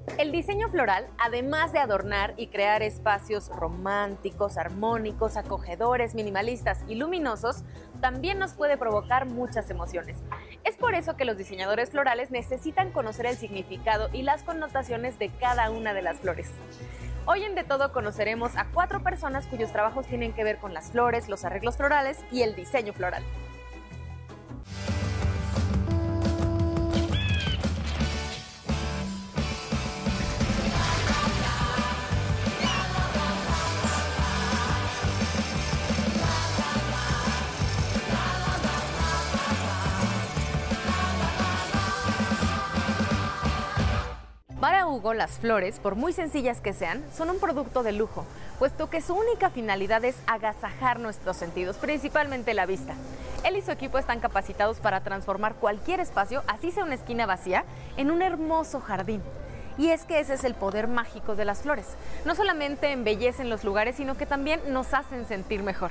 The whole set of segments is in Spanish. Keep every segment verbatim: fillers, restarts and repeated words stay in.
El diseño floral, además de adornar y crear espacios románticos, armónicos, acogedores, minimalistas y luminosos, también nos puede provocar muchas emociones. Es por eso que los diseñadores florales necesitan conocer el significado y las connotaciones de cada una de las flores. Hoy en De Todo conoceremos a cuatro personas cuyos trabajos tienen que ver con las flores, los arreglos florales y el diseño floral. Para Hugo, las flores, por muy sencillas que sean, son un producto de lujo, puesto que su única finalidad es agasajar nuestros sentidos, principalmente la vista. Él y su equipo están capacitados para transformar cualquier espacio, así sea una esquina vacía, en un hermoso jardín. Y es que ese es el poder mágico de las flores. No solamente embellecen los lugares, sino que también nos hacen sentir mejor.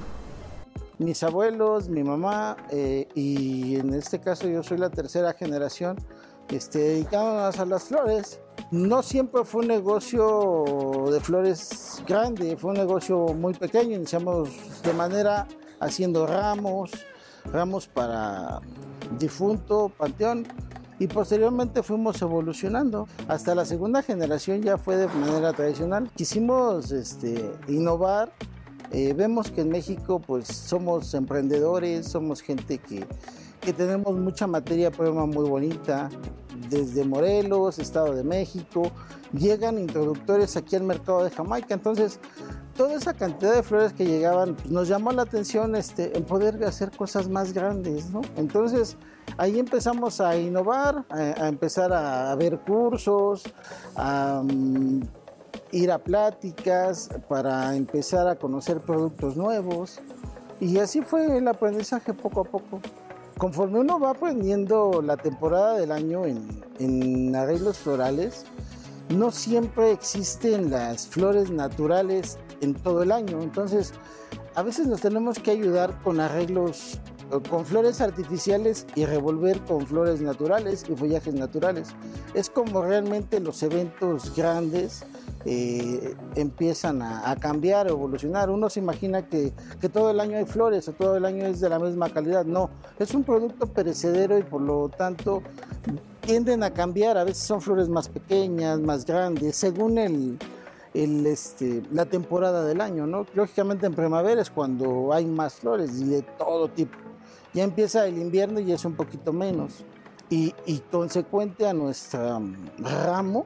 Mis abuelos, mi mamá eh, y en este caso yo soy la tercera generación, Este, dedicándonos a las flores. No siempre fue un negocio de flores grande, fue un negocio muy pequeño. Iniciamos de manera haciendo ramos, ramos para difunto, panteón, y posteriormente fuimos evolucionando. Hasta la segunda generación ya fue de manera tradicional. Quisimos este, innovar. Eh, vemos que en México pues somos emprendedores, somos gente que que tenemos mucha materia prima muy bonita, desde Morelos, Estado de México, llegan introductores aquí al mercado de Jamaica. Entonces, toda esa cantidad de flores que llegaban, pues, nos llamó la atención este, en poder hacer cosas más grandes, ¿no? Entonces, ahí empezamos a innovar, a, a empezar a, a ver cursos, a um, ir a pláticas para empezar a conocer productos nuevos. Y así fue el aprendizaje poco a poco. Conforme uno va aprendiendo la temporada del año en, en arreglos florales, no siempre existen las flores naturales en todo el año. Entonces, a veces nos tenemos que ayudar con arreglos, con flores artificiales y revolver con flores naturales y follajes naturales. Es como realmente los eventos grandes eh, empiezan a, a cambiar, a evolucionar. Uno se imagina que, que todo el año hay flores o todo el año es de la misma calidad. No, es un producto perecedero y por lo tanto tienden a cambiar. A veces son flores más pequeñas, más grandes, según el, el, este, la temporada del año, ¿no? Lógicamente en primavera es cuando hay más flores y de todo tipo. Ya empieza el invierno y es un poquito menos. Y, y consecuente a nuestro ramo,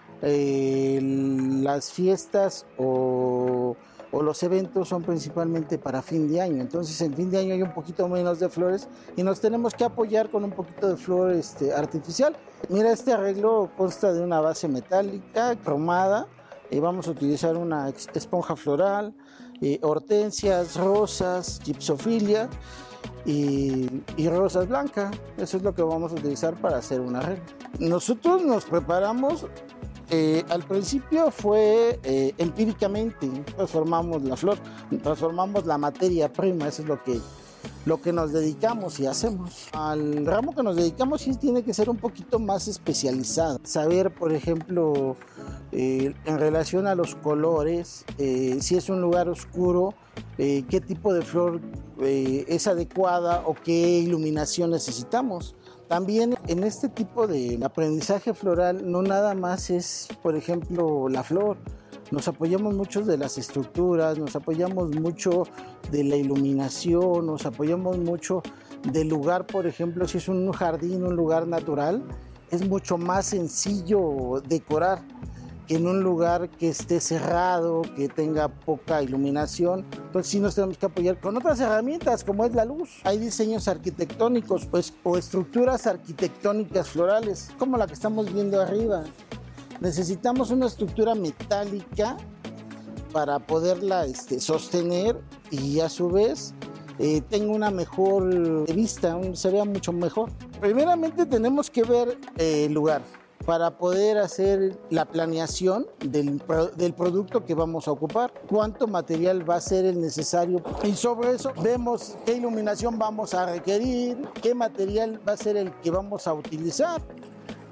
eh, las fiestas o, o los eventos son principalmente para fin de año. Entonces en fin de año hay un poquito menos de flores y nos tenemos que apoyar con un poquito de flor este, artificial. Mira, este arreglo consta de una base metálica cromada. Y vamos a utilizar una esponja floral, eh, hortensias, rosas, gipsofilia y, y rosas blancas. Eso es lo que vamos a utilizar para hacer un arreglo. Nosotros nos preparamos, eh, al principio fue eh, empíricamente, transformamos la flor, transformamos la materia prima, eso es lo que, lo que nos dedicamos y hacemos. Al ramo que nos dedicamos sí tiene que ser un poquito más especializado. Saber, por ejemplo, eh, en relación a los colores, eh, si es un lugar oscuro, eh, qué tipo de flor eh, es adecuada o qué iluminación necesitamos. También en este tipo de aprendizaje floral no nada más es, por ejemplo, la flor. Nos apoyamos mucho de las estructuras, nos apoyamos mucho de la iluminación, nos apoyamos mucho del lugar. Por ejemplo, si es un jardín, un lugar natural, es mucho más sencillo decorar que en un lugar que esté cerrado, que tenga poca iluminación. Entonces sí nos tenemos que apoyar con otras herramientas como es la luz. Hay diseños arquitectónicos pues, o estructuras arquitectónicas florales, como la que estamos viendo arriba. Necesitamos una estructura metálica para poderla este, sostener y a su vez eh, tenga una mejor vista, un, se vea mucho mejor. Primeramente tenemos que ver eh, el lugar para poder hacer la planeación del, del producto que vamos a ocupar, cuánto material va a ser el necesario y sobre eso vemos qué iluminación vamos a requerir, qué material va a ser el que vamos a utilizar.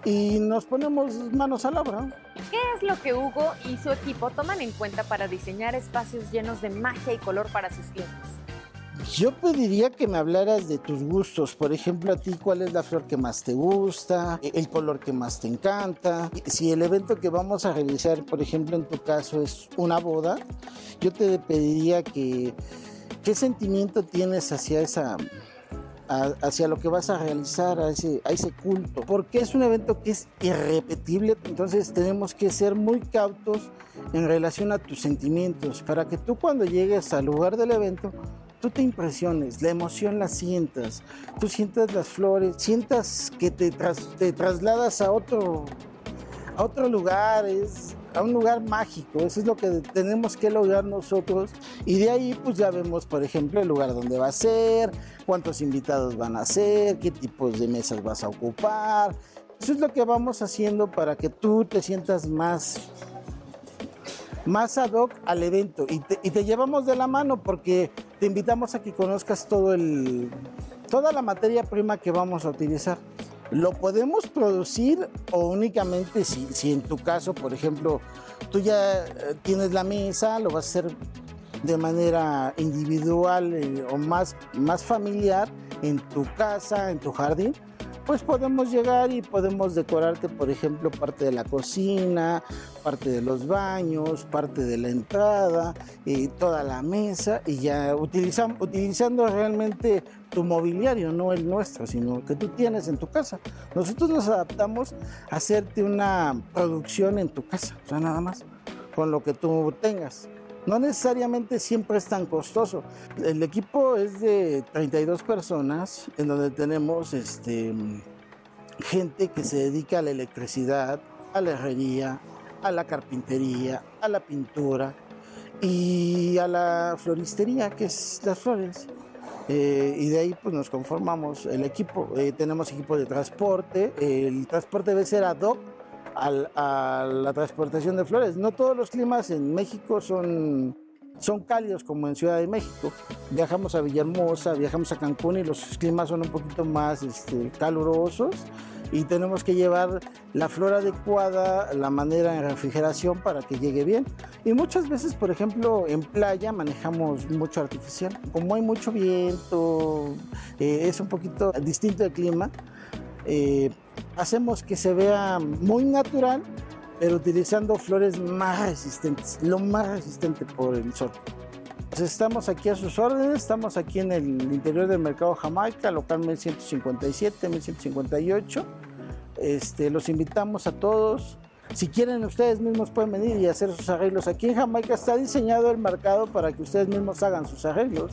y nos ponemos manos a la obra. ¿Qué es lo que Hugo y su equipo toman en cuenta para diseñar espacios llenos de magia y color para sus clientes? Yo pediría que me hablaras de tus gustos. Por ejemplo, a ti, ¿cuál es la flor que más te gusta? El color que más te encanta. Si el evento que vamos a realizar, por ejemplo, en tu caso es una boda, yo te pediría que qué sentimiento tienes hacia esa, a, hacia lo que vas a realizar, a ese, a ese culto. Porque es un evento que es irrepetible, entonces tenemos que ser muy cautos en relación a tus sentimientos para que tú, cuando llegues al lugar del evento, tú te impresiones, la emoción la sientas, tú sientas las flores, sientas que te, tras, te trasladas a otro, a otro lugar, es, a un lugar mágico. Eso es lo que tenemos que lograr nosotros, y de ahí pues ya vemos, por ejemplo, el lugar donde va a ser, cuántos invitados van a ser, qué tipos de mesas vas a ocupar. Eso es lo que vamos haciendo para que tú te sientas más... más ad hoc al evento, y te, y te llevamos de la mano porque te invitamos a que conozcas todo el, toda la materia prima que vamos a utilizar. Lo podemos producir, o únicamente si, si en tu caso, por ejemplo, tú ya tienes la mesa, lo vas a hacer de manera individual eh, o más, más familiar en tu casa, en tu jardín, pues podemos llegar y podemos decorarte, por ejemplo, parte de la cocina, parte de los baños, parte de la entrada, y toda la mesa, y ya utilizam, utilizando realmente tu mobiliario, no el nuestro, sino que tú tienes en tu casa. Nosotros nos adaptamos a hacerte una producción en tu casa, o sea, nada más, con lo que tú tengas. No necesariamente siempre es tan costoso. El equipo es de treinta y dos personas, en donde tenemos este, gente que se dedica a la electricidad, a la herrería, a la carpintería, a la pintura y a la floristería, que es las flores. Eh, y de ahí pues nos conformamos el equipo. Eh, tenemos equipo de transporte. El transporte debe ser ad hoc Al, a la transportación de flores. No todos los climas en México son, son cálidos como en Ciudad de México. Viajamos a Villahermosa, viajamos a Cancún, y los climas son un poquito más este, calurosos, y tenemos que llevar la flor adecuada, la manera de refrigeración para que llegue bien. Y muchas veces, por ejemplo, en playa manejamos mucho artificial. Como hay mucho viento, eh, es un poquito distinto el clima, eh, hacemos que se vea muy natural, pero utilizando flores más resistentes, lo más resistente por el sol. Pues estamos aquí a sus órdenes, estamos aquí en el interior del Mercado Jamaica, local mil ciento cincuenta y siete, mil ciento cincuenta y ocho. Este, los invitamos a todos. Si quieren, ustedes mismos pueden venir y hacer sus arreglos. Aquí en Jamaica está diseñado el mercado para que ustedes mismos hagan sus arreglos.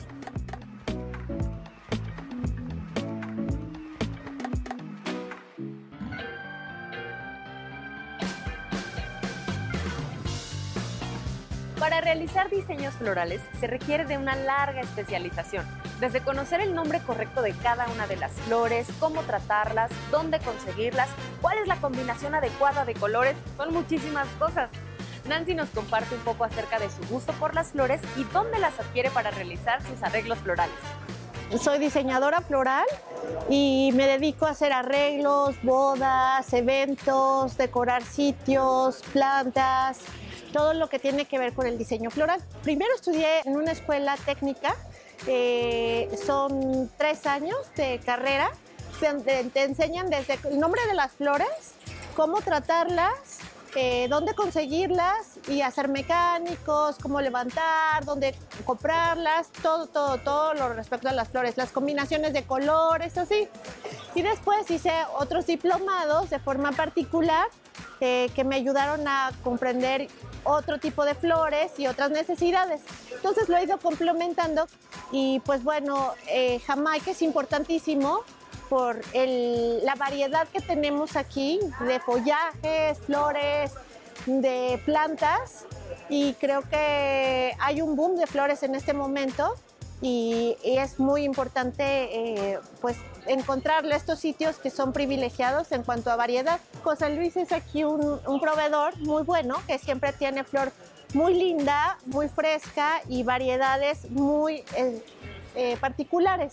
Para realizar diseños florales se requiere de una larga especialización, desde conocer el nombre correcto de cada una de las flores, cómo tratarlas, dónde conseguirlas, cuál es la combinación adecuada de colores, son muchísimas cosas. Nancy nos comparte un poco acerca de su gusto por las flores y dónde las adquiere para realizar sus arreglos florales. Soy diseñadora floral y me dedico a hacer arreglos, bodas, eventos, decorar sitios, plantas, todo lo que tiene que ver con el diseño floral. Primero estudié en una escuela técnica, eh, son tres años de carrera, te, te enseñan desde el nombre de las flores, cómo tratarlas, eh, dónde conseguirlas y hacer mecánicos, cómo levantar, dónde comprarlas, todo, todo, todo lo respecto a las flores, las combinaciones de colores, así. Y después hice otros diplomados de forma particular eh, que me ayudaron a comprender otro tipo de flores y otras necesidades. Entonces lo he ido complementando y pues bueno, eh, Jamaica es importantísimo por el, la variedad que tenemos aquí de follajes, flores, de plantas, y creo que hay un boom de flores en este momento y, y es muy importante eh, pues encontrarle estos sitios que son privilegiados en cuanto a variedad. José Luis es aquí un, un proveedor muy bueno que siempre tiene flor muy linda, muy fresca y variedades muy eh, eh, particulares.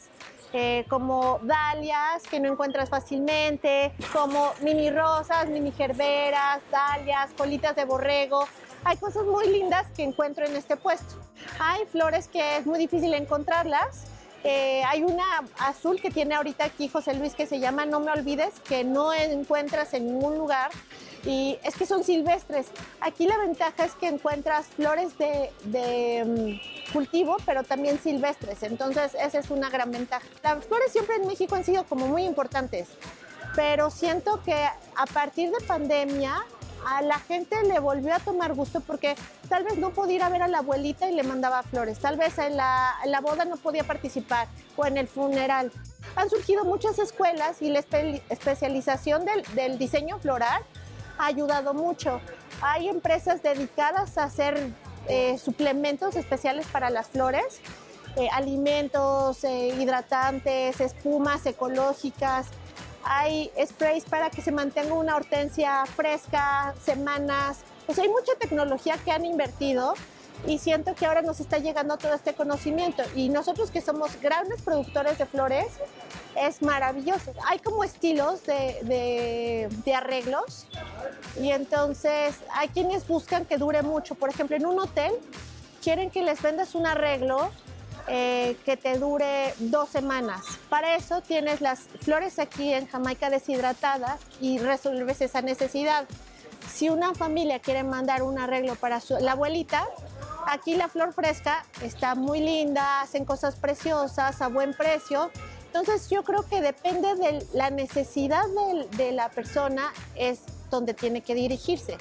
eh, como dalias que no encuentras fácilmente, como mini rosas, mini gerberas, dalias, colitas de borrego. Hay cosas muy lindas que encuentro en este puesto. Hay flores que es muy difícil encontrarlas. Eh, hay una azul que tiene ahorita aquí José Luis que se llama No Me Olvides, que no encuentras en ningún lugar. Y es que son silvestres. Aquí la ventaja es que encuentras flores de, de um, cultivo, pero también silvestres. Entonces, esa es una gran ventaja. Las flores siempre en México han sido como muy importantes, pero siento que a partir de pandemia a la gente le volvió a tomar gusto porque tal vez no podía ir a ver a la abuelita y le mandaba flores. Tal vez en la, en la boda no podía participar o en el funeral. Han surgido muchas escuelas y la espe especialización del, del diseño floral ha ayudado mucho. Hay empresas dedicadas a hacer eh, suplementos especiales para las flores, eh, alimentos, eh, hidratantes, espumas ecológicas. Hay sprays para que se mantenga una hortensia fresca, semanas. Pues hay mucha tecnología que han invertido y siento que ahora nos está llegando todo este conocimiento. Y nosotros que somos grandes productores de flores, es maravilloso. Hay como estilos de, de, de arreglos y entonces hay quienes buscan que dure mucho. Por ejemplo, en un hotel quieren que les vendas un arreglo eh, que te dure dos semanas. Para eso tienes las flores aquí en Jamaica deshidratadas y resuelves esa necesidad. Si una familia quiere mandar un arreglo para su, la abuelita, aquí la flor fresca está muy linda, hacen cosas preciosas a buen precio. Entonces yo creo que depende de la necesidad de, de la persona, es donde tiene que dirigirse.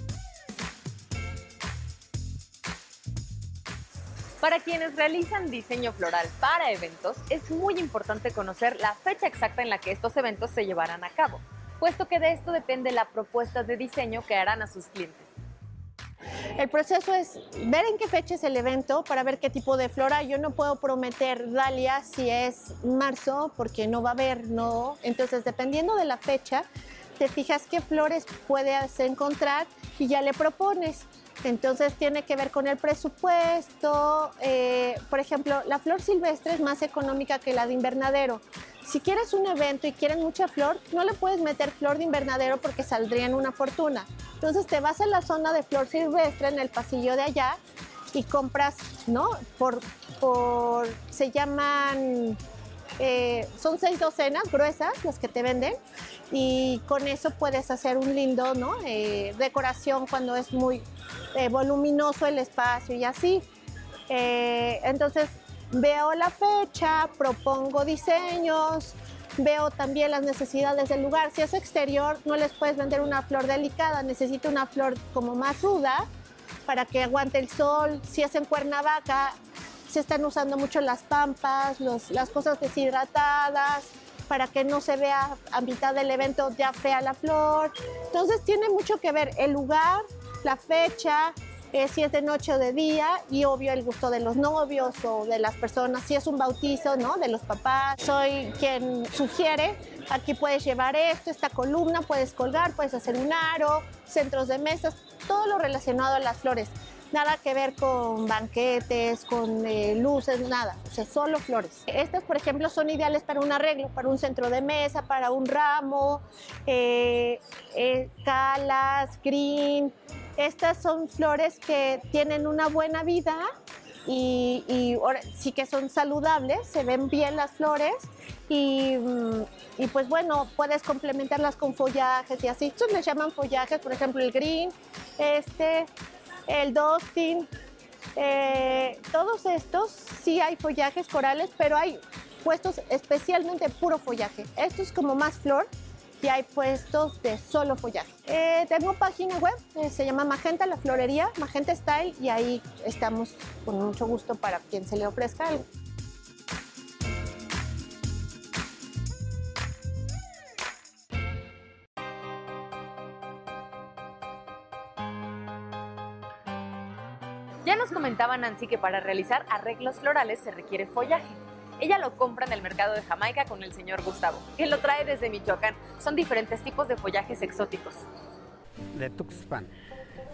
Para quienes realizan diseño floral para eventos, es muy importante conocer la fecha exacta en la que estos eventos se llevarán a cabo, puesto que de esto depende la propuesta de diseño que harán a sus clientes. El proceso es ver en qué fecha es el evento para ver qué tipo de flora. Yo no puedo prometer dalias si es marzo porque no va a haber, no. Entonces, dependiendo de la fecha, te fijas qué flores puedes encontrar y ya le propones. Entonces, tiene que ver con el presupuesto. Eh, por ejemplo, la flor silvestre es más económica que la de invernadero. Si quieres un evento y quieren mucha flor, no le puedes meter flor de invernadero porque saldrían una fortuna. Entonces te vas a la zona de flor silvestre en el pasillo de allá y compras, ¿no? Por, por se llaman, eh, son seis docenas gruesas las que te venden y con eso puedes hacer un lindo, ¿no? Eh, decoración cuando es muy eh, voluminoso el espacio y así. Eh, entonces, veo la fecha, propongo diseños, veo también las necesidades del lugar. Si es exterior, no les puedes vender una flor delicada, necesito una flor como más ruda para que aguante el sol. Si es en Cuernavaca, se están usando mucho las pampas, los, las cosas deshidratadas, para que no se vea a mitad del evento ya fea la flor. Entonces tiene mucho que ver el lugar, la fecha, Eh, si es de noche o de día y obvio el gusto de los novios o de las personas, si es un bautizo, ¿no? De los papás. Soy quien sugiere, aquí puedes llevar esto, esta columna, puedes colgar, puedes hacer un aro, centros de mesas, todo lo relacionado a las flores. Nada que ver con banquetes, con eh, luces, nada, o sea, solo flores. Estas, por ejemplo, son ideales para un arreglo, para un centro de mesa, para un ramo, eh, eh, calas, green. Estas son flores que tienen una buena vida y, y sí que son saludables, se ven bien las flores y, y pues bueno, puedes complementarlas con follajes y así. Estos les llaman follajes, por ejemplo, el green, este, el dustin, eh, todos estos sí hay follajes corales, pero hay puestos especialmente puro follaje. Esto es como más flor. Y hay puestos de solo follaje. Eh, tengo página web, eh, se llama Magenta, la florería, Magenta Style, y ahí estamos con mucho gusto para quien se le ofrezca algo. Ya nos comentaba Nancy que para realizar arreglos florales se requiere follaje. Ella lo compra en el mercado de Jamaica con el señor Gustavo, que lo trae desde Michoacán. Son diferentes tipos de follajes exóticos. De Tuxpan,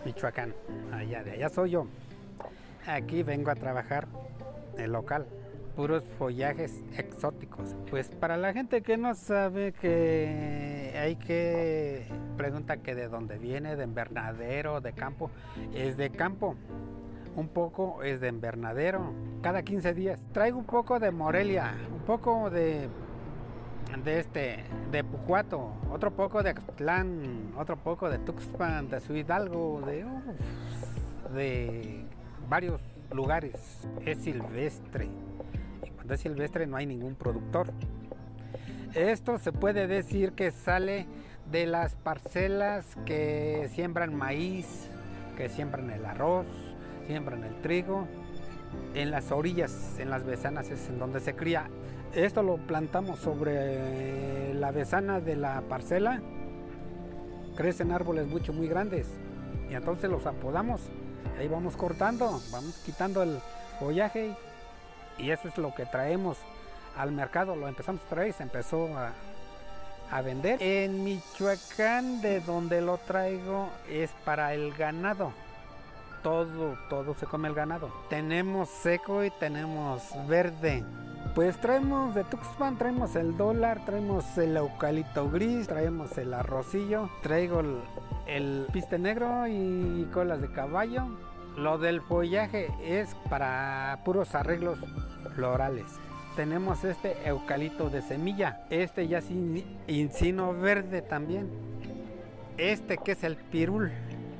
Michoacán, allá de allá soy yo. Aquí vengo a trabajar el local, puros follajes exóticos. Pues para la gente que no sabe, que hay que pregunta que de dónde viene, de invernadero, de campo. Es de campo, un poco es de invernadero, cada quince días. Traigo un poco de Morelia, un poco de de este de Pucuato, otro poco de Axtlán, otro poco de Tuxpan, de Ciudad Hidalgo, de uf, de varios lugares. Es silvestre, y cuando es silvestre no hay ningún productor. Esto se puede decir que sale de las parcelas que siembran maíz, que siembran el arroz, siembran el trigo. En las orillas, en las besanas es en donde se cría. Esto lo plantamos sobre la besana de la parcela. Crecen árboles mucho muy grandes y entonces los apodamos. Ahí vamos cortando, vamos quitando el follaje y eso es lo que traemos al mercado. Lo empezamos a traer y se empezó a, a vender. En Michoacán, de donde lo traigo, es para el ganado. Todo, todo se come el ganado. Tenemos seco y tenemos verde. Pues traemos de Tuxpan, traemos el dólar, traemos el eucalipto gris, traemos el arrocillo, traigo el, el piste negro y colas de caballo. Lo del follaje es para puros arreglos florales. Tenemos este eucalipto de semilla, este ya es encino verde también. Este que es el pirul.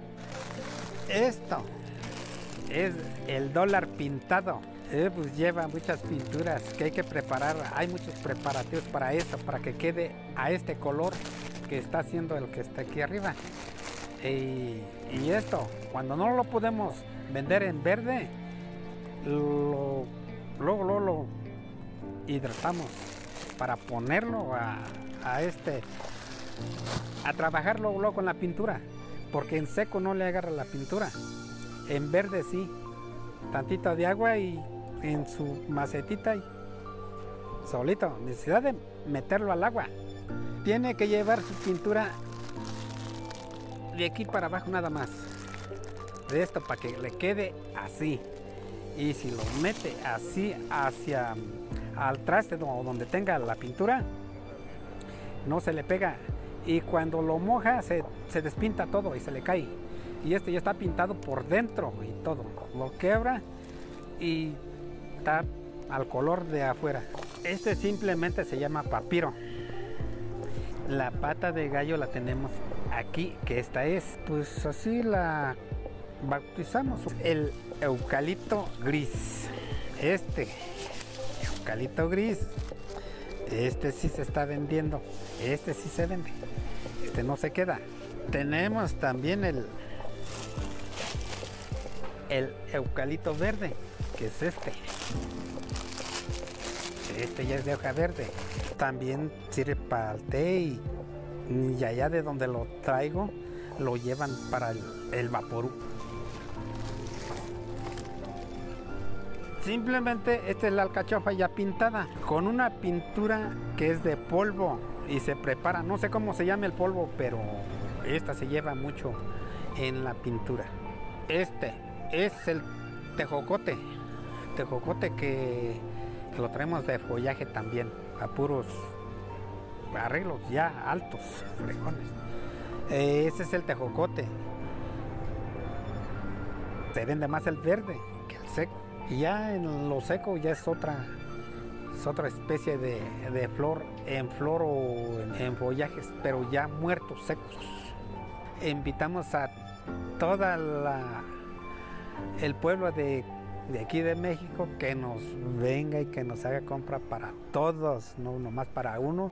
Esto es el dólar pintado. Eh, pues lleva muchas pinturas que hay que preparar. Hay muchos preparativos para eso, para que quede a este color que está haciendo el que está aquí arriba. Y, y esto, cuando no lo podemos vender en verde, lo, luego lo, lo hidratamos para ponerlo a, a este, a trabajarlo luego con la pintura. Porque en seco no le agarra la pintura, en verde sí, tantito de agua y en su macetita y solito, necesidad de meterlo al agua. Tiene que llevar su pintura de aquí para abajo nada más, de esto para que le quede así. Y si lo mete así hacia al traste donde tenga la pintura, no se le pega. Y cuando lo moja se, se despinta todo y se le cae. Y este ya está pintado por dentro y todo. Lo quebra y está al color de afuera. Este simplemente se llama papiro. La pata de gallo la tenemos aquí, que esta es. Pues así la bautizamos. El eucalipto gris. Este eucalipto gris. Este sí se está vendiendo. Este sí se vende. Este no se queda. Tenemos también el el eucalipto verde, que es este. Este ya es de hoja verde. También sirve para el té y, y allá de donde lo traigo lo llevan para el, el vaporú. Simplemente esta es la alcachofa ya pintada con una pintura que es de polvo y se prepara, no sé cómo se llama el polvo, pero esta se lleva mucho en la pintura. Este es el tejocote, tejocote que, que lo traemos de follaje también, a puros arreglos ya altos, fregones. Ese es el tejocote. Se vende más el verde que el seco. Y ya en lo seco ya es otra, es otra especie de, de flor, en flor o en, en follajes, pero ya muertos, secos. Invitamos a toda la el pueblo de, de aquí de México que nos venga y que nos haga compra para todos, no nomás para uno.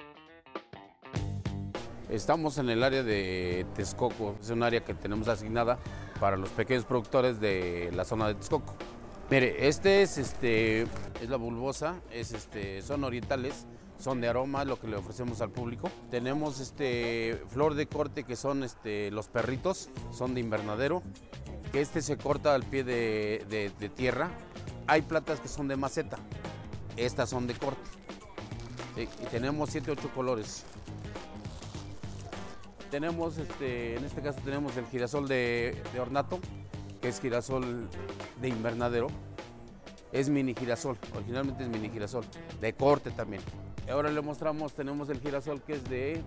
Estamos en el área de Texcoco, es un área que tenemos asignada para los pequeños productores de la zona de Texcoco. Mire, este es, este, es la bulbosa, es, este, son orientales, son de aroma, lo que le ofrecemos al público. Tenemos este, flor de corte, que son este, los perritos, son de invernadero. Este se corta al pie de, de, de tierra. Hay plantas que son de maceta, estas son de corte. Sí, y tenemos siete, ocho colores. Tenemos, este, en este caso tenemos el girasol de, de ornato, que es girasol de invernadero. es mini girasol, originalmente es mini girasol, de corte también. Ahora le mostramos, tenemos el girasol que es de,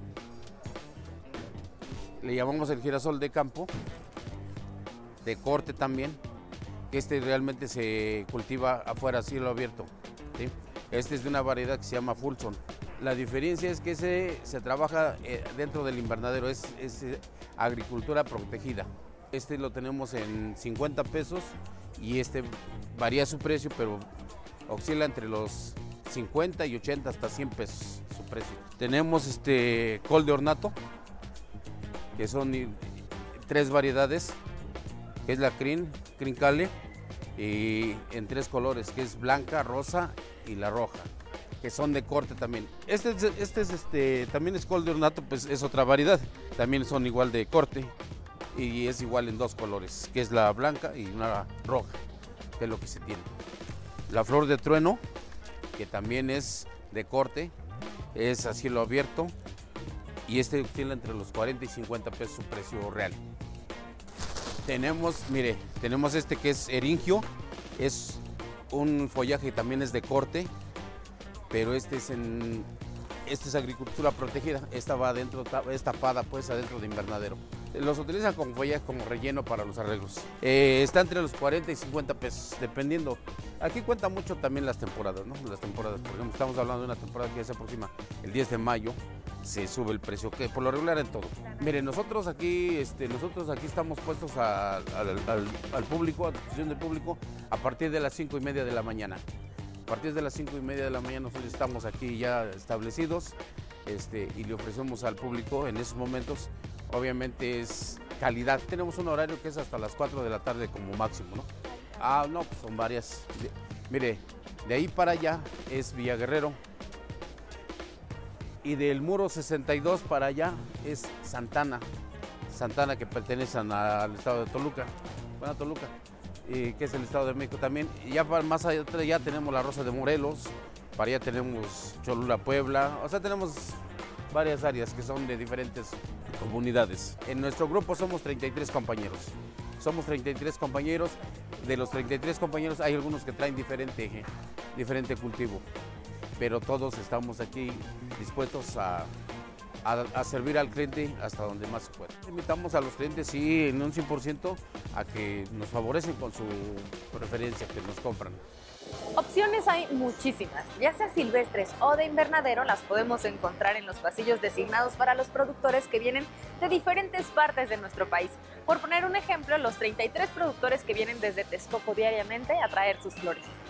le llamamos el girasol de campo, de corte también, que este realmente se cultiva afuera a cielo abierto, ¿sí? Este es de una variedad que se llama Fulson. La diferencia es que ese se trabaja dentro del invernadero, es, es agricultura protegida. Este lo tenemos en cincuenta pesos y este varía su precio, pero oscila entre los cincuenta y ochenta hasta cien pesos su precio. Tenemos este col de ornato, que son tres variedades, que es la crin, crin cale, y en tres colores, que es blanca, rosa y la roja, que son de corte también. Este, este es este, también es col de ornato, pues es otra variedad, también son igual de corte y es igual en dos colores, que es la blanca y una roja, que es lo que se tiene. La flor de trueno, que también es de corte, es a cielo abierto y este oscila entre los cuarenta y cincuenta pesos su precio real. Tenemos, mire, tenemos este que es eringio, es un follaje que también es de corte, pero este es en, este es agricultura protegida, esta va adentro, es tapada pues adentro de invernadero. Los utilizan como follaje, como relleno para los arreglos. Eh, está entre los cuarenta y cincuenta pesos, dependiendo. Aquí cuenta mucho también las temporadas, ¿no? Las temporadas, por ejemplo, estamos hablando de una temporada que ya se aproxima el diez de mayo, se sube el precio, que por lo regular en todo. Miren, nosotros aquí, este, nosotros aquí estamos puestos a, al, al, al público, a disposición del público, a partir de las cinco y media de la mañana. A partir de las cinco y media de la mañana nosotros estamos aquí ya establecidos, este, y le ofrecemos al público en esos momentos, obviamente es calidad. Tenemos un horario que es hasta las cuatro de la tarde como máximo, ¿no? Ah, no, pues son varias. De, mire, de ahí para allá es Villa Guerrero. Y del muro sesenta y dos para allá es Santana. Santana, que pertenecen al estado de Toluca. Bueno, Toluca, y que es el estado de México también. Y ya para más allá ya tenemos la Rosa de Morelos. Para allá tenemos Cholula, Puebla. O sea, tenemos varias áreas que son de diferentes comunidades. En nuestro grupo somos treinta y tres compañeros. Somos treinta y tres compañeros. De los treinta y tres compañeros hay algunos que traen diferente, diferente cultivo, pero todos estamos aquí dispuestos a, a, a servir al cliente hasta donde más se pueda. Invitamos a los clientes, sí, en un cien por ciento, a que nos favorecen con su preferencia, que nos compran. Opciones hay muchísimas, ya sea silvestres o de invernadero, las podemos encontrar en los pasillos designados para los productores que vienen de diferentes partes de nuestro país. Por poner un ejemplo, los treinta y tres productores que vienen desde Texcoco diariamente a traer sus flores.